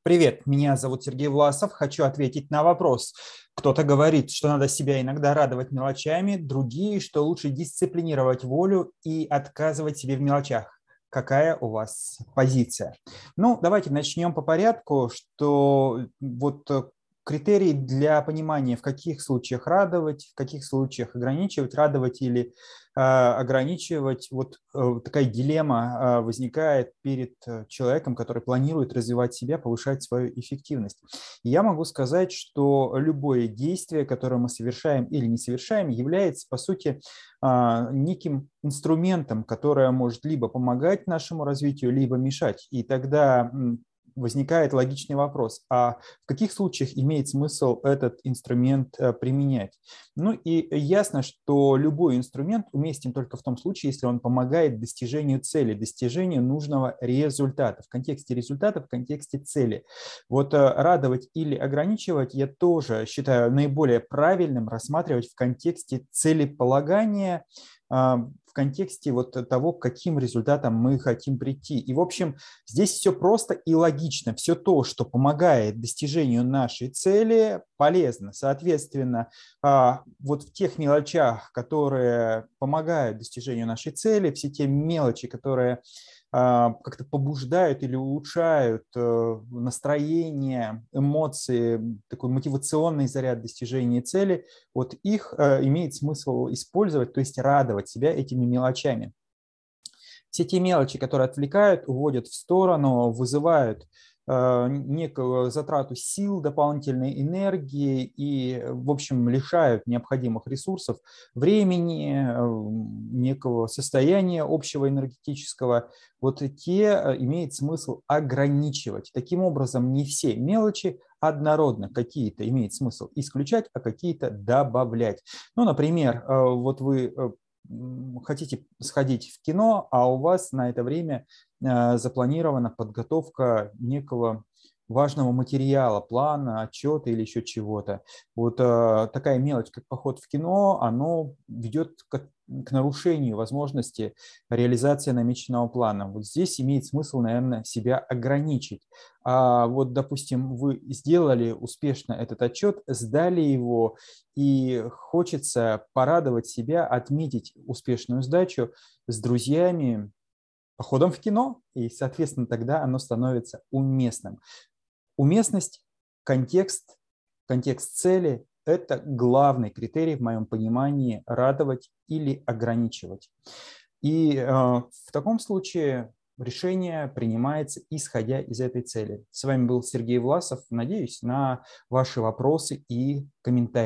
Привет, меня зовут Сергей Власов. Хочу ответить на вопрос. Кто-то говорит, что надо себя иногда радовать мелочами, другие, что лучше дисциплинировать волю и отказывать себе в мелочах. Какая у вас позиция? Ну, давайте начнем по порядку, что критерий для понимания, в каких случаях радовать, в каких случаях ограничивать, радовать или ограничивать. Такая дилемма возникает перед человеком, который планирует развивать себя, повышать свою эффективность. И я могу сказать, что любое действие, которое мы совершаем или не совершаем, является, по сути, неким инструментом, которое может либо помогать нашему развитию, либо мешать. И тогда возникает логичный вопрос, а в каких случаях имеет смысл этот инструмент применять? Ну и ясно, что любой инструмент уместен только в том случае, если он помогает достижению цели, достижению нужного результата. В контексте результата, в контексте цели. Радовать или ограничивать я тоже считаю наиболее правильным рассматривать в контексте целеполагания, в контексте того, к каким результатам мы хотим прийти. И, в общем, здесь все просто и логично. Все то, что помогает достижению нашей цели, полезно. Соответственно, в тех мелочах, которые помогают достижению нашей цели, все те мелочи, которые как-то побуждают или улучшают настроение, эмоции, такой мотивационный заряд достижения цели, вот их имеет смысл использовать, то есть радовать себя этими мелочами. Все те мелочи, которые отвлекают, уводят в сторону, вызывают некую затрату сил, дополнительной энергии и, в общем, лишают необходимых ресурсов, времени, некого состояния общего энергетического, вот те имеет смысл ограничивать. Таким образом, не все мелочи однородно, какие-то имеет смысл исключать, а какие-то добавлять. Ну, например, вот вы хотите сходить в кино, а у вас на это время запланирована подготовка некого важного материала, плана, отчета или еще чего-то. Такая мелочь, как поход в кино, оно ведет к нарушению возможности реализации намеченного плана. Вот здесь имеет смысл, наверное, себя ограничить. Допустим, вы сделали успешно этот отчет, сдали его, и хочется порадовать себя, отметить успешную сдачу с друзьями, походом в кино, и, соответственно, тогда оно становится уместным. Уместность, контекст, контекст цели – это главный критерий в моем понимании радовать или ограничивать. И в таком случае решение принимается, исходя из этой цели. С вами был Сергей Власов. Надеюсь на ваши вопросы и комментарии.